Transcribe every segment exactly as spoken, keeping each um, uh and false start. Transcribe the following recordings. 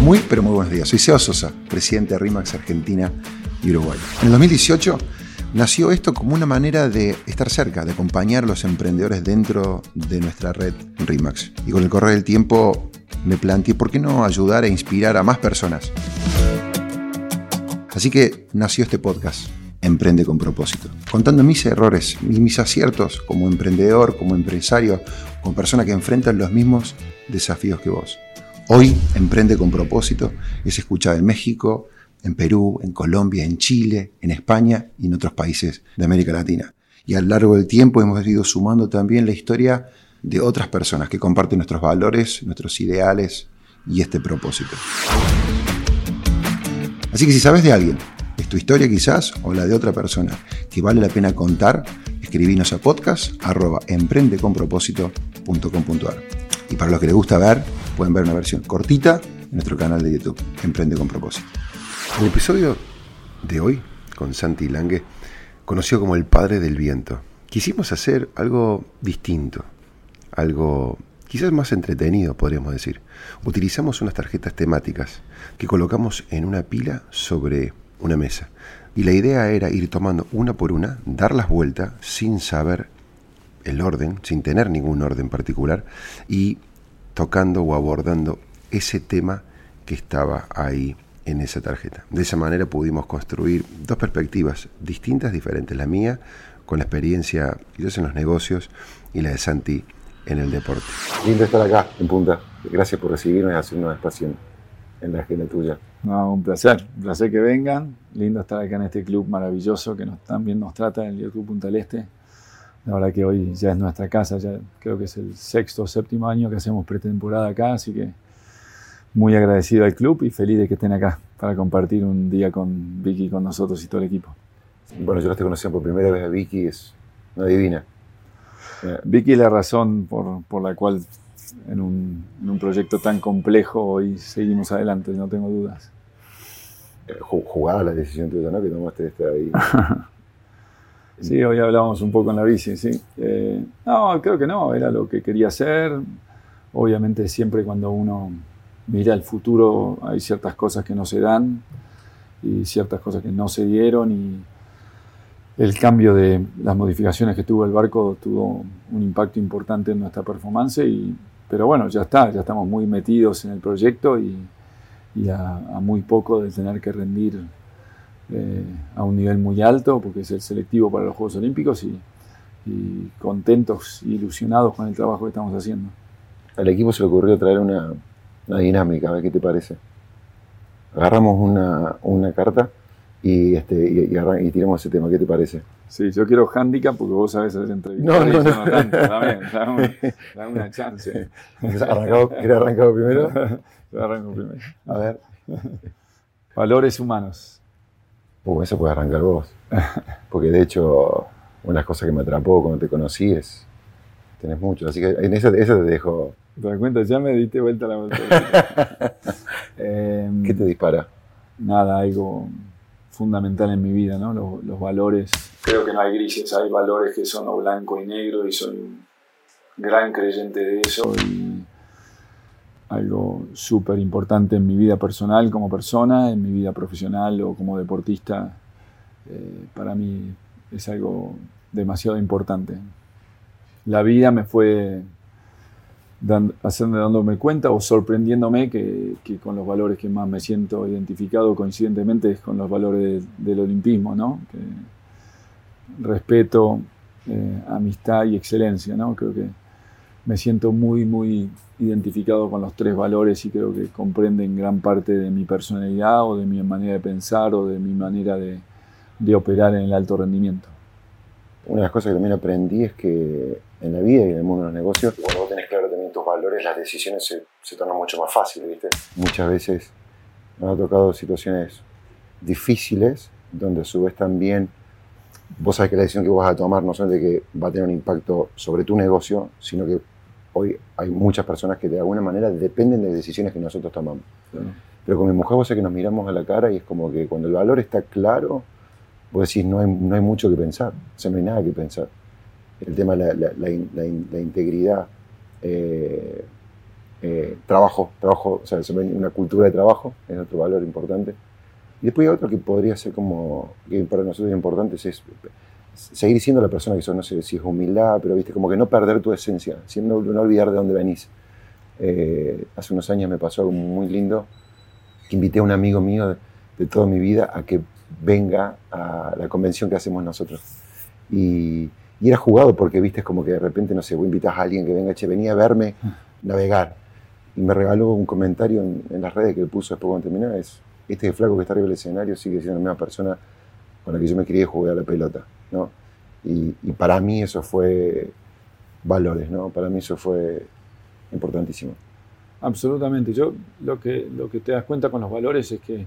Muy, pero muy buenos días. Soy Seba Sosa, presidente de RE/MAX Argentina y Uruguay. En el dos mil dieciocho nació esto como una manera de estar cerca, de acompañar a los emprendedores dentro de nuestra red RE/MAX. Y con el correr del tiempo me planteé por qué no ayudar e inspirar a más personas. Así que nació este podcast, Emprende con Propósito, contando mis errores y mis aciertos como emprendedor, como empresario, como persona que enfrenta los mismos desafíos que vos. Hoy, Emprende con Propósito es escuchado en México, en Perú, en Colombia, en Chile, en España y en otros países de América Latina. Y a lo largo del tiempo hemos ido sumando también la historia de otras personas que comparten nuestros valores, nuestros ideales y este propósito. Así que si sabes de alguien, es tu historia quizás o la de otra persona que vale la pena contar, escribinos a podcast arroba emprendeconpropósito punto com punto a r. Y para los que les gusta ver, pueden ver una versión cortita en nuestro canal de YouTube, Emprende con Propósito. El episodio de hoy, con Santi Lange, conocido como el padre del viento, quisimos hacer algo distinto, algo quizás más entretenido, podríamos decir. Utilizamos unas tarjetas temáticas que colocamos en una pila sobre una mesa. Y la idea era ir tomando una por una, darlas vueltas sin saber el orden, sin tener ningún orden particular, y tocando o abordando ese tema que estaba ahí en esa tarjeta. De esa manera pudimos construir dos perspectivas distintas, diferentes. La mía, con la experiencia quizás en los negocios, y la de Santi en el deporte. Lindo estar acá, en Punta. Gracias por recibirnos y hacernos espacio en, en la agenda tuya. No, un placer, un placer que vengan. Lindo estar acá en este club maravilloso que nos, también nos trata, el Club Punta del Este. La verdad que hoy ya es nuestra casa, ya creo que es el sexto o séptimo año que hacemos pretemporada acá, así que muy agradecido al club y feliz de que estén acá para compartir un día con Vicky, con nosotros y todo el equipo. Bueno, yo la estoy conociendo por primera vez a Vicky, es una divina. Eh, Vicky es la razón por, por la cual en un, en un proyecto tan complejo hoy seguimos adelante, no tengo dudas. Eh, jugada la decisión tuya, ¿no? Que tomaste esta ahí. Sí, hoy hablamos un poco en la bici, sí. Eh, no, creo que no, era lo que quería hacer. Obviamente siempre cuando uno mira el futuro hay ciertas cosas que no se dan y ciertas cosas que no se dieron, y el cambio de las modificaciones que tuvo el barco tuvo un impacto importante en nuestra performance, y, pero bueno, ya está, ya estamos muy metidos en el proyecto y, y a, a muy poco de tener que rendir Eh, a un nivel muy alto, porque es el selectivo para los Juegos Olímpicos, y, y contentos e ilusionados con el trabajo que estamos haciendo. Al equipo se le ocurrió traer una, una dinámica, a ver qué te parece. Agarramos una, una carta y, este, y, y, y tiramos ese tema, ¿qué te parece? Sí, yo quiero handicap porque vos sabés hacer entrevistas. No, no, no. no tanto, también, dame, dame una chance. ¿Quieres arrancar primero? Yo arranco primero. A ver. Valores humanos. Uh, eso puede arrancar vos. Porque de hecho, una de las cosas que me atrapó cuando te conocí es... Tenés mucho, así que en eso, eso te dejo... ¿Te das cuenta? Ya me diste vuelta la vuelta. eh, ¿Qué te dispara? Nada, algo fundamental en mi vida, ¿no? Los, los valores. Creo que no hay grises, hay valores que son o blanco y negro, y soy un gran creyente de eso. Y algo súper importante en mi vida personal como persona, en mi vida profesional o como deportista, eh, para mí es algo demasiado importante. La vida me fue dando, haciendo, dándome cuenta o sorprendiéndome que, que con los valores que más me siento identificado coincidentemente es con los valores de, del olimpismo, ¿no? Que respeto, eh, amistad y excelencia, ¿no? Creo que me siento muy, muy identificado con los tres valores y creo que comprenden gran parte de mi personalidad o de mi manera de pensar o de mi manera de, de operar en el alto rendimiento. Una de las cosas que también aprendí es que en la vida y en el mundo de los negocios, cuando vos tenés claro también tus valores, las decisiones se, se tornan mucho más fáciles, ¿viste? Muchas veces nos ha tocado situaciones difíciles donde a su vez también vos sabés que la decisión que vos vas a tomar no solamente que va a tener un impacto sobre tu negocio, sino que hoy hay muchas personas que de alguna manera dependen de decisiones que nosotros tomamos. Sí. Pero con mi mujer vos sabés que nos miramos a la cara y es como que cuando el valor está claro, vos decís no hay, no hay mucho que pensar, o sea, no hay nada que pensar. El tema de la, la, la, la, la integridad, eh, Eh, trabajo, trabajo, o sea, una cultura de trabajo es otro valor importante. Y después hay otro que podría ser como, que para nosotros es importante, es seguir siendo la persona que sos, no sé si es humildad, pero viste, como que no perder tu esencia, no, no olvidar de dónde venís. Eh, hace unos años me pasó algo muy lindo, que invité a un amigo mío de, de toda mi vida a que venga a la convención que hacemos nosotros. Y, y era jugado porque, viste, es como que de repente, no sé, vos invitás a alguien que venga, che, venía a verme navegar. Y me regaló un comentario en, en las redes que él puso después cuando terminó, es, este flaco que está arriba del escenario sigue siendo la misma persona con la que yo me quería jugar a la pelota, ¿no? Y, y para mí eso fue valores, ¿no? Para mí eso fue importantísimo. Absolutamente. Yo lo que, lo que te das cuenta con los valores es que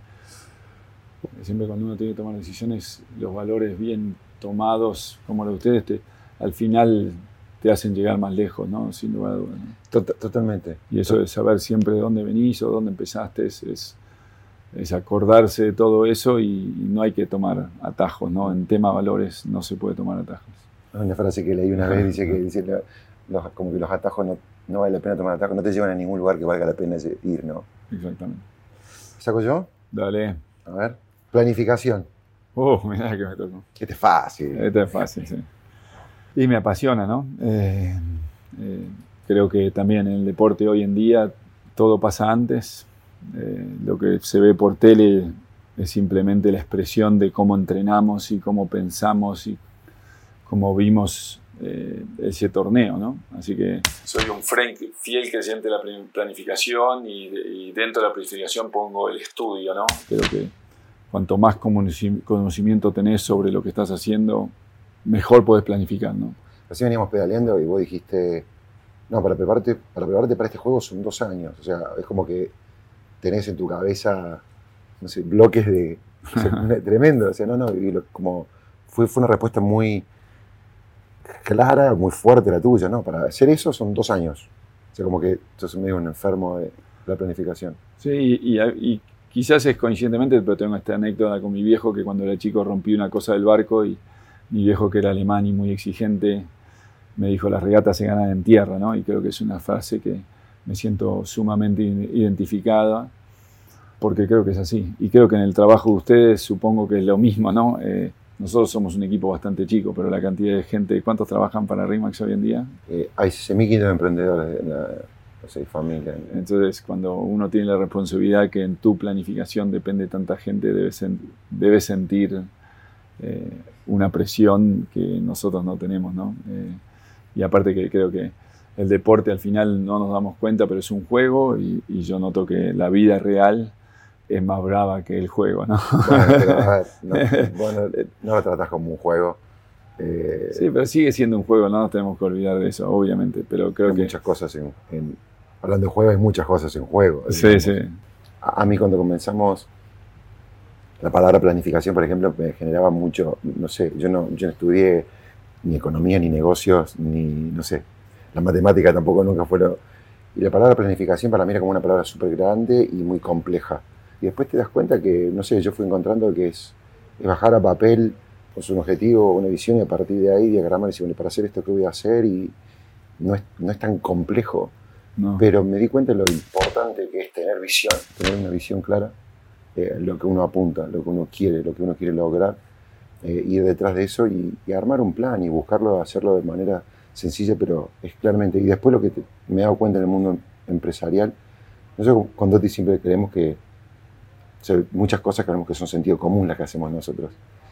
siempre cuando uno tiene que tomar decisiones, los valores bien tomados, como los de ustedes, te, al final te hacen llegar más lejos, ¿no? Sin lugar a dudas, ¿no? Tot- totalmente. Y eso de saber siempre de dónde venís o dónde empezaste es, es, es acordarse de todo eso y, y no hay que tomar atajos, ¿no? En tema valores no se puede tomar atajos. Una frase que leí una vez dice que dice, los, como que los atajos no, no vale la pena tomar atajos, no te llevan a ningún lugar que valga la pena ir, ¿no? Exactamente. ¿Saco yo? Dale. A ver. Planificación. Oh, mirá que me tocó. Este es fácil. Este es fácil, sí. Y me apasiona, ¿no? Eh, eh, creo que también en el deporte hoy en día todo pasa antes. Eh, lo que se ve por tele es simplemente la expresión de cómo entrenamos y cómo pensamos y cómo vimos eh, ese torneo, ¿no? Así que soy un fiel creyente de la planificación y, de, y dentro de la planificación pongo el estudio, ¿no? Creo que cuanto más conocimiento tenés sobre lo que estás haciendo, mejor podés planificar, ¿no? Así veníamos pedaleando y vos dijiste, no, para prepararte, para prepararte para este juego son dos años. O sea, es como que tenés en tu cabeza, no sé, bloques de... O sea, tremendo. O sea, no, no, y lo, como fue, fue una respuesta muy clara, muy fuerte la tuya, ¿no? Para hacer eso son dos años. O sea, como que sos medio un enfermo de la planificación. Sí, y, y, y quizás es coincidentemente, pero tengo esta anécdota con mi viejo, que cuando era chico rompí una cosa del barco y mi viejo, que era alemán y muy exigente, me dijo, las regatas se ganan en tierra, ¿no? Y creo que es una frase que me siento sumamente identificada, porque creo que es así. Y creo que en el trabajo de ustedes supongo que es lo mismo, ¿no? Eh, nosotros somos un equipo bastante chico, pero la cantidad de gente, ¿cuántos trabajan para RE/MAX hoy en día? Eh, hay seis mil quinientos emprendedores en la, o sea, familia. Entonces, cuando uno tiene la responsabilidad que en tu planificación depende tanta gente, debes, sen- debes sentir eh, una presión que nosotros no tenemos, ¿no? Eh, y aparte que creo que el deporte al final no nos damos cuenta, pero es un juego y, y yo noto que la vida real es más brava que el juego, ¿no? Bueno, pero, a ver, no, bueno, no lo tratás como un juego. Eh, sí, pero sigue siendo un juego, no nos tenemos que olvidar de eso, obviamente, pero creo hay que... muchas cosas en, en... Hablando de juego, hay muchas cosas en juego. Sí, digamos. sí. A, a mí cuando comenzamos, la palabra planificación, por ejemplo, me generaba mucho, no sé, yo no, yo no estudié ni economía, ni negocios, ni, no sé, la matemática tampoco nunca fue lo... Y la palabra planificación para mí era como una palabra súper grande y muy compleja. Y después te das cuenta que, no sé, yo fui encontrando que es, es bajar a papel pues, un objetivo, una visión, y a partir de ahí diagramar y decir, bueno, para hacer esto, ¿qué voy a hacer? Y no es, no es tan complejo. No. Pero me di cuenta de lo importante que es tener visión, tener una visión clara, eh, lo que uno apunta, lo que uno quiere, lo que uno quiere lograr, eh, ir detrás de eso y, y armar un plan y buscarlo, hacerlo de manera sencilla, pero es claramente. Y después lo que te, me he dado cuenta en el mundo empresarial, nosotros con Dotti siempre creemos que, o sea, muchas cosas creemos que son sentido común las que hacemos nosotros.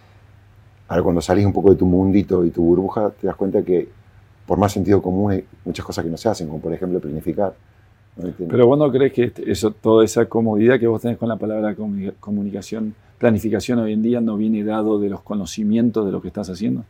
Ahora cuando salís un poco de tu mundito y tu burbuja, te das cuenta que por más sentido común hay muchas cosas que no se hacen, como por ejemplo planificar. ¿No? Pero vos no crees que eso, toda esa comodidad que vos tenés con la palabra comunicación, planificación hoy en día no viene dado de los conocimientos de lo que estás haciendo.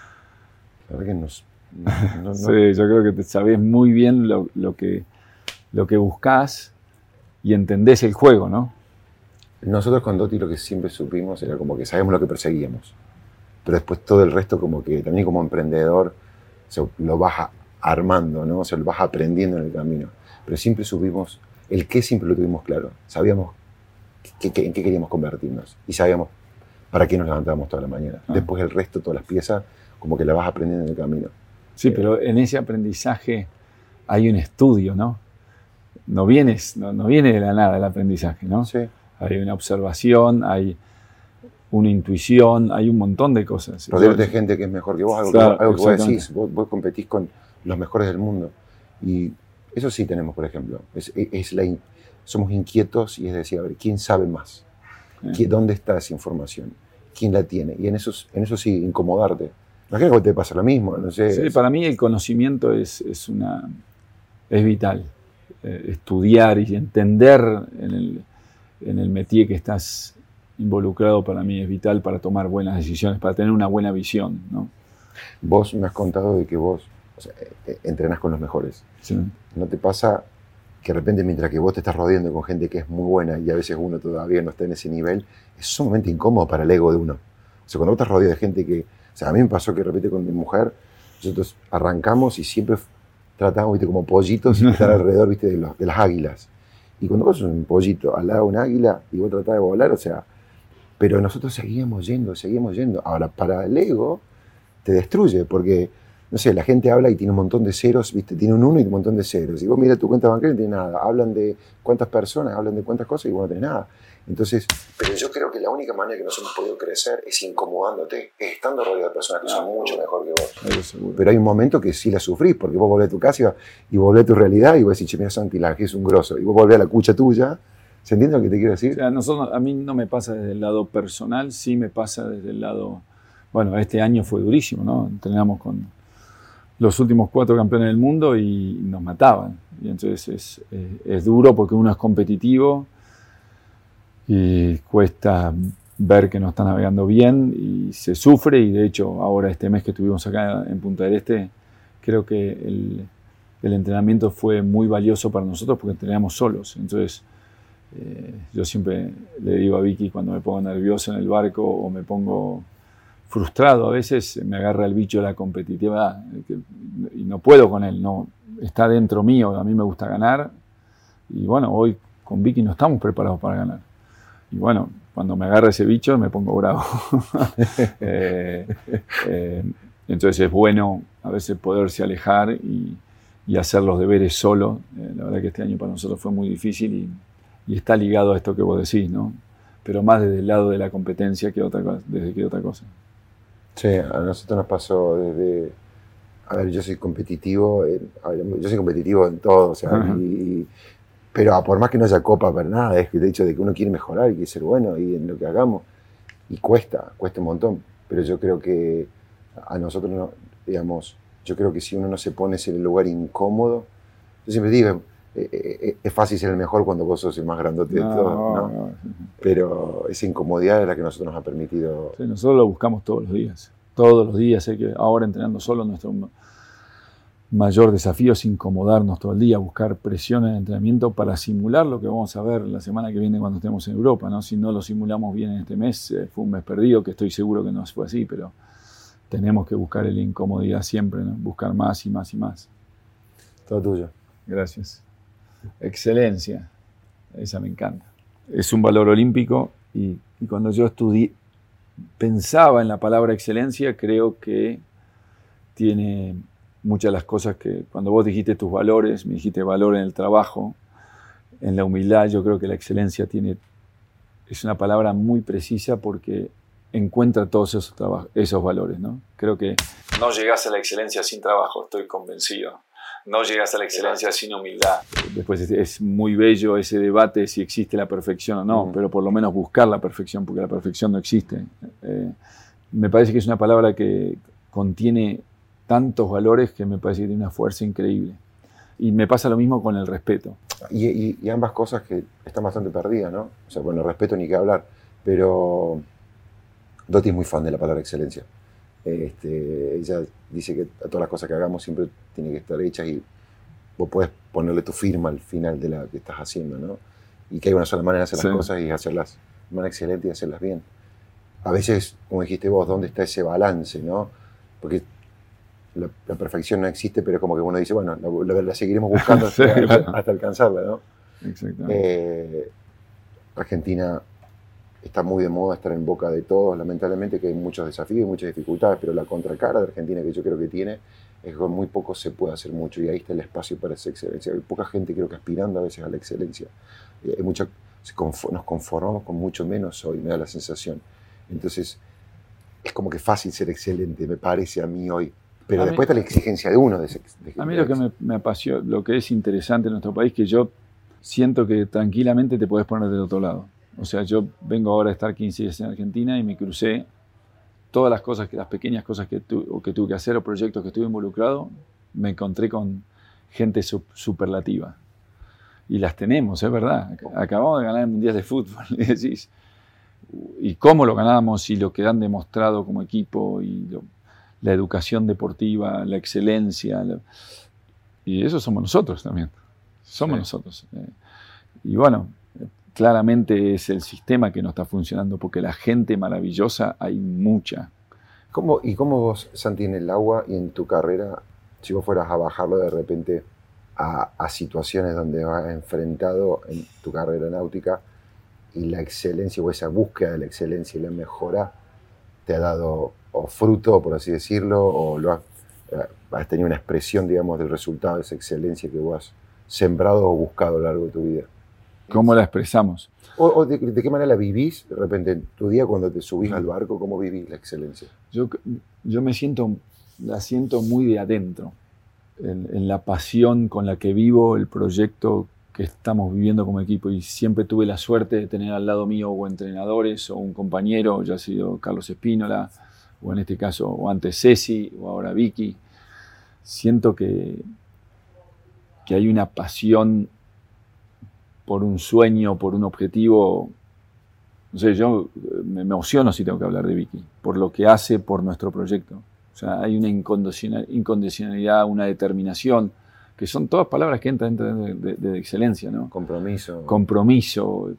La verdad que nos, no, no, sí, yo creo que te sabés muy bien lo, lo, que, lo que buscás y entendés el juego, ¿no? Nosotros con Dotti lo que siempre supimos era como que sabemos lo que perseguíamos, pero después todo el resto como que también como emprendedor o sea, lo vas a, armando, ¿no? O sea, lo vas aprendiendo en el camino. Pero siempre supimos, el qué siempre lo tuvimos claro. Sabíamos que, que, en qué queríamos convertirnos y sabíamos para qué nos levantábamos toda la mañana. Ah. Después el resto, todas las piezas, como que las vas aprendiendo en el camino. Sí, eh, pero en ese aprendizaje hay un estudio, ¿no? no, vienes, no, no viene de la nada el aprendizaje, ¿no? Sí. Hay una observación, hay una intuición, hay un montón de cosas. Rodearte de gente que es mejor que vos, algo, Claro, que, algo que vos decís, vos, vos competís con los mejores del mundo. Y eso sí tenemos, por ejemplo. Es, es la, somos inquietos y es decir, a ver, ¿quién sabe más? Sí. ¿Dónde está esa información? ¿Quién la tiene? Y en eso, en eso sí, incomodarte. Imagina que te pasa lo mismo, no sé. Sí, es... para mí el conocimiento es, es, una, es vital. Eh, estudiar y entender en el, en el métier que estás involucrado para mí es vital para tomar buenas decisiones, para tener una buena visión, ¿no? Vos me has contado de que vos, o sea, entrenás con los mejores. Sí. ¿No te pasa que de repente mientras que vos te estás rodeando con gente que es muy buena y a veces uno todavía no está en ese nivel, es sumamente incómodo para el ego de uno? O sea, cuando vos estás rodeado de gente que... O sea, a mí me pasó que de repente con mi mujer, nosotros arrancamos y siempre tratamos, viste, como pollitos y estar alrededor, viste, de, los, de las águilas. Y cuando vos sos un pollito al lado de un águila y vos tratás de volar, o sea... Pero nosotros seguíamos yendo, seguíamos yendo. Ahora, para el ego, te destruye, porque, no sé, la gente habla y tiene un montón de ceros, ¿viste? Tiene un uno y un montón de ceros. Y vos miras tu cuenta bancaria y no tiene nada. Hablan de cuántas personas, hablan de cuántas cosas y vos no tenés nada. Entonces, pero yo creo que la única manera que nos hemos podido crecer es incomodándote, es estando rodeado de personas que son mucho mejor que vos. Pero hay un momento que sí la sufrís, porque vos volvés a tu casa y volvés a tu realidad y vos decís, che, mira, Santi, la que es un grosso. Y vos volvés a la cucha tuya. ¿Se entiende lo que te quiero decir? O sea, nosotros, a mí no me pasa desde el lado personal, sí me pasa desde el lado... Bueno, este año fue durísimo, ¿no? Entrenamos con los últimos cuatro campeones del mundo y nos mataban. Y entonces es, es, es duro porque uno es competitivo y cuesta ver que no está navegando bien y se sufre. Y de hecho, ahora este mes que estuvimos acá en Punta del Este, creo que el, el entrenamiento fue muy valioso para nosotros porque entrenamos solos. Entonces... Eh, yo siempre le digo a Vicky cuando me pongo nervioso en el barco o me pongo frustrado, a veces me agarra el bicho de la competitividad y no puedo con él, no, está dentro mío, a mí me gusta ganar y bueno, hoy con Vicky no estamos preparados para ganar y bueno, cuando me agarra ese bicho me pongo bravo. eh, eh, entonces es bueno a veces poderse alejar y, y hacer los deberes solo. Eh, la verdad que este año para nosotros fue muy difícil y Y está ligado a esto que vos decís, ¿no? Pero más desde el lado de la competencia que otra cosa, desde que otra cosa. Sí, a nosotros nos pasó desde... A ver, yo soy competitivo, en, a ver, yo soy competitivo en todo, o sea, uh-huh. y, pero por más que no haya copa para nada, es que el hecho de que uno quiere mejorar y quiere ser bueno y en lo que hagamos, y cuesta, cuesta un montón, pero yo creo que a nosotros, no, digamos, yo creo que si uno no se pone en el lugar incómodo, yo siempre digo, es fácil ser el mejor cuando vos sos el más grandote de no, todos, ¿no? No, no. Pero esa incomodidad es la que nosotros nos ha permitido... Sí, nosotros lo buscamos todos los días, todos los días. Sé que ahora entrenando solo, nuestro mayor desafío es incomodarnos todo el día, buscar presión en el entrenamiento para simular lo que vamos a ver la semana que viene cuando estemos en Europa, ¿no? Si no lo simulamos bien en este mes, eh, fue un mes perdido, que estoy seguro que no fue así, pero tenemos que buscar la incomodidad siempre, ¿no? Buscar más y más y más. Todo tuyo. Gracias. Excelencia, esa me encanta. Es un valor olímpico y, y cuando yo estudié, pensaba en la palabra excelencia, creo que tiene muchas de las cosas que cuando vos dijiste tus valores, me dijiste valor en el trabajo, en la humildad, yo creo que la excelencia tiene, es una palabra muy precisa porque encuentra todos esos, esos valores, ¿no? Creo que no llegás a la excelencia sin trabajo, estoy convencido. No llegas a la excelencia sin humildad. Después es, es muy bello ese debate si existe la perfección o no, uh-huh. pero por lo menos buscar la perfección, porque la perfección no existe. Eh, me parece que es una palabra que contiene tantos valores que me parece que tiene una fuerza increíble. Y me pasa lo mismo con el respeto. Y, y, y ambas cosas que están bastante perdidas, ¿no? O sea, bueno, respeto ni qué hablar, pero Doti es muy fan de la palabra excelencia. Este, ella dice que a todas las cosas que hagamos siempre tienen que estar hechas y vos podés ponerle tu firma al final de la que estás haciendo, ¿no? Y que hay una sola manera de hacer las sí. cosas y hacerlas de manera excelente y hacerlas bien. A veces, como dijiste vos, ¿dónde está ese balance, no? Porque la, la perfección no existe, pero como que uno dice, bueno, la, la, la seguiremos buscando sí, hasta, claro. hasta alcanzarla, ¿no? Exactamente. Eh, Argentina está muy de moda estar en boca de todos, lamentablemente que hay muchos desafíos y muchas dificultades, pero la contracara de Argentina que yo creo que tiene es que con muy poco se puede hacer mucho y ahí está el espacio para esa excelencia. Hay poca gente creo que aspirando a veces a la excelencia. Eh, hay mucha, nos conformamos con mucho menos hoy, me da la sensación. Entonces es como que fácil ser excelente, me parece a mí hoy. Pero a después mí, está la exigencia de uno. De, de, a mí lo que me, me apasiona, lo que es interesante en nuestro país, que yo siento que tranquilamente te podés poner del otro lado. O sea, yo vengo ahora a estar quince días en Argentina y me crucé todas las cosas, que las pequeñas cosas que, tu, o que tuve que hacer o proyectos que estuve involucrado, me encontré con gente su, superlativa. Y las tenemos, es verdad. Acabamos de ganar el Mundial de Fútbol. Y decís, y cómo lo ganamos y lo que han demostrado como equipo y lo, la educación deportiva, la excelencia. Lo, y eso somos nosotros también. Somos sí. nosotros. Eh, y bueno, claramente es el sistema que no está funcionando porque la gente maravillosa hay mucha. ¿Cómo, ¿Y cómo vos, Santi, en el agua y en tu carrera, si vos fueras a bajarlo de repente a, a situaciones donde vas enfrentado en tu carrera náutica y la excelencia o esa búsqueda de la excelencia y la mejora te ha dado o fruto, por así decirlo, o lo has, has tenido una expresión, digamos, del resultado de esa excelencia que vos has sembrado o buscado a lo largo de tu vida? ¿Cómo la expresamos? ¿O, o de, de qué manera la vivís de repente en tu día cuando te subís al barco? ¿Cómo vivís la excelencia? Yo, yo me siento, la siento muy de adentro, en, en la pasión con la que vivo el proyecto que estamos viviendo como equipo. Y siempre tuve la suerte de tener al lado mío o entrenadores o un compañero, ya ha sido Carlos Espínola, o en este caso, o antes Ceci, o ahora Vicky. Siento que, que hay una pasión por un sueño, por un objetivo. No sé, yo me emociono si tengo que hablar de Vicky, por lo que hace por nuestro proyecto. O sea, hay una incondicionalidad, una determinación, que son todas palabras que entran dentro de, de, de excelencia, ¿no? Compromiso. Compromiso.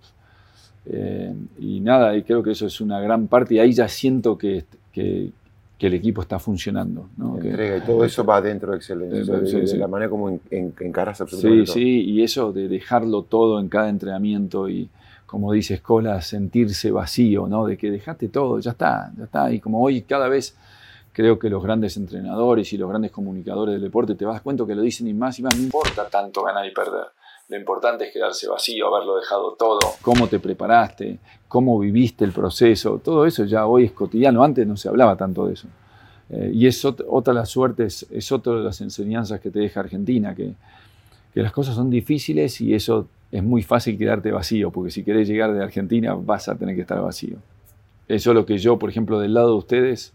Eh, y nada, y creo que eso es una gran parte, y ahí ya siento que, que, que el equipo está funcionando, ¿no? Entrega, y todo eso va dentro de excelencia, eh, o sea, de, sí, de sí. la manera como en, en, encarás absolutamente Sí, todo. sí, y eso de dejarlo todo en cada entrenamiento y, como dice Escola, sentirse vacío, ¿no? De que dejaste todo, ya está, ya está. Y como hoy cada vez creo que los grandes entrenadores y los grandes comunicadores del deporte te das cuenta que lo dicen y más y más, no importa tanto ganar y perder. Lo importante es quedarse vacío, haberlo dejado todo, cómo te preparaste, cómo viviste el proceso, todo eso ya hoy es cotidiano, antes no se hablaba tanto de eso. Eh, y es ot- otra de las suertes, es otra de las enseñanzas que te deja Argentina, que, que las cosas son difíciles y eso es muy fácil quedarte vacío, porque si querés llegar de Argentina vas a tener que estar vacío. Eso es lo que yo, por ejemplo, del lado de ustedes,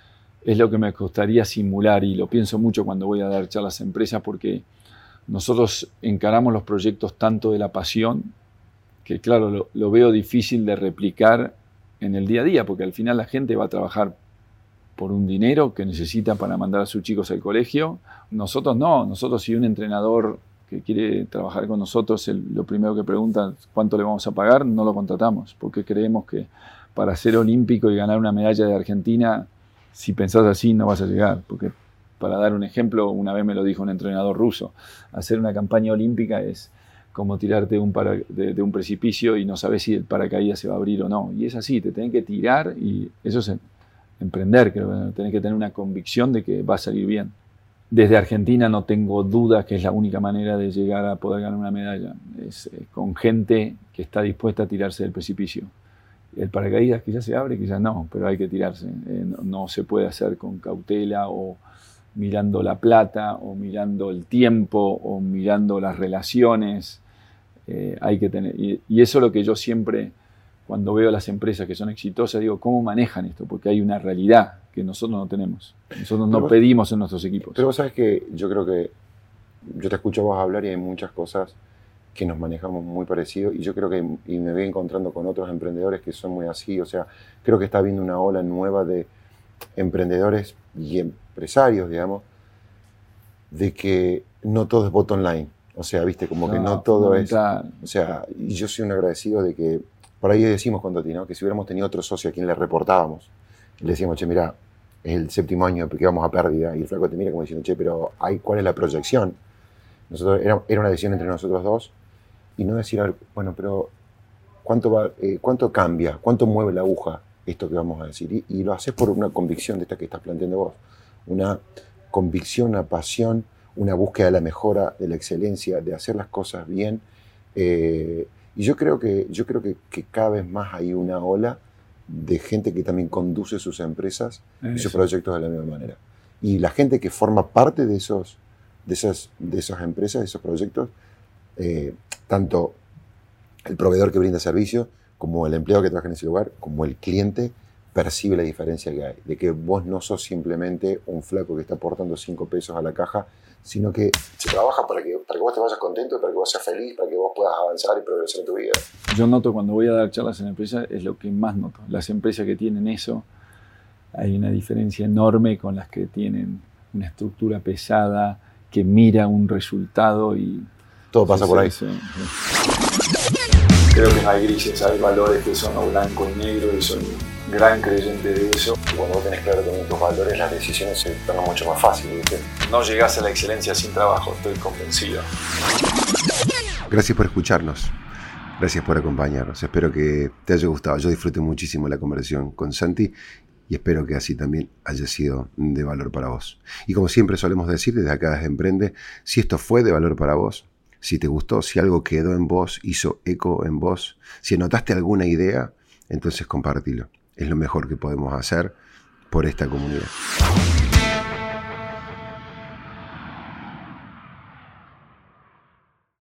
es lo que me gustaría simular y lo pienso mucho cuando voy a dar charlas a empresas porque nosotros encaramos los proyectos tanto de la pasión que, claro, lo, lo veo difícil de replicar en el día a día, porque al final la gente va a trabajar por un dinero que necesita para mandar a sus chicos al colegio. Nosotros no, nosotros si un entrenador que quiere trabajar con nosotros, el, lo primero que pregunta cuánto le vamos a pagar, no lo contratamos, porque creemos que para ser olímpico y ganar una medalla de Argentina, si pensás así no vas a llegar, porque para dar un ejemplo, una vez me lo dijo un entrenador ruso, hacer una campaña olímpica es como tirarte un para, de, de un precipicio y no sabes si el paracaídas se va a abrir o no. Y es así, te tenés que tirar y eso es emprender, creo que tenés que tener una convicción de que va a salir bien. Desde Argentina no tengo duda que es la única manera de llegar a poder ganar una medalla, es, es con gente que está dispuesta a tirarse del precipicio. El paracaídas quizás se abre, quizás no, pero hay que tirarse. Eh, no, no se puede hacer con cautela o mirando la plata o mirando el tiempo o mirando las relaciones. Eh, hay que tener, y, y eso es lo que yo siempre, cuando veo a las empresas que son exitosas, digo, ¿cómo manejan esto? Porque hay una realidad que nosotros no tenemos. Nosotros no vos, pedimos en nuestros equipos. Pero vos sabés que yo creo que yo te escucho a vos hablar y hay muchas cosas que nos manejamos muy parecido y yo creo que y me voy encontrando con otros emprendedores que son muy así, o sea, creo que está habiendo una ola nueva de emprendedores y empresarios, digamos, de que no todo es bottom line, o sea, viste, como no, que no todo es, o sea, y yo soy un agradecido de que, por ahí decimos con Toti, ¿no? Que si hubiéramos tenido otro socio a quien le reportábamos, y le decíamos, che, mira, es el séptimo año que vamos a pérdida, y el flaco te mira como diciendo, che, pero hay, ¿cuál es la proyección? Nosotros, era, era una decisión entre nosotros dos, y no decir, a ver, bueno, pero ¿Cuánto, va, eh, ¿Cuánto cambia? ¿Cuánto mueve la aguja esto que vamos a decir? Y, y lo haces por una convicción de esta que estás planteando vos. Una convicción, una pasión, una búsqueda de la mejora, de la excelencia, de hacer las cosas bien. Eh, y yo creo, que, yo creo que, que cada vez más hay una ola de gente que también conduce sus empresas y sus proyectos de la misma manera. Y la gente que forma parte de, esos, de, esas, de esas empresas, de esos proyectos, eh, tanto el proveedor que brinda servicio, como el empleado que trabaja en ese lugar, como el cliente, percibe la diferencia que hay. De que vos no sos simplemente un flaco que está aportando cinco pesos a la caja, sino que se trabaja para que, para que vos te vayas contento, para que vos seas feliz, para que vos puedas avanzar y progresar en tu vida. Yo noto cuando voy a dar charlas en empresas, es lo que más noto. Las empresas que tienen eso, hay una diferencia enorme con las que tienen una estructura pesada, que mira un resultado y... Todo pasa sí, por ahí. Sí, sí. Creo que no hay grises, hay valores que son o blanco y negro y soy gran creyente de eso. Y cuando vos tenés claro también tus valores, las decisiones se tornan mucho más fáciles, ¿viste? No llegás a la excelencia sin trabajo, estoy convencido. Gracias por escucharnos. Gracias por acompañarnos. Espero que te haya gustado. Yo disfruté muchísimo la conversación con Santi y espero que así también haya sido de valor para vos. Y como siempre solemos decir desde acá desde Emprende, si esto fue de valor para vos, si te gustó, si algo quedó en vos, hizo eco en vos, si anotaste alguna idea, entonces compartilo. Es lo mejor que podemos hacer por esta comunidad.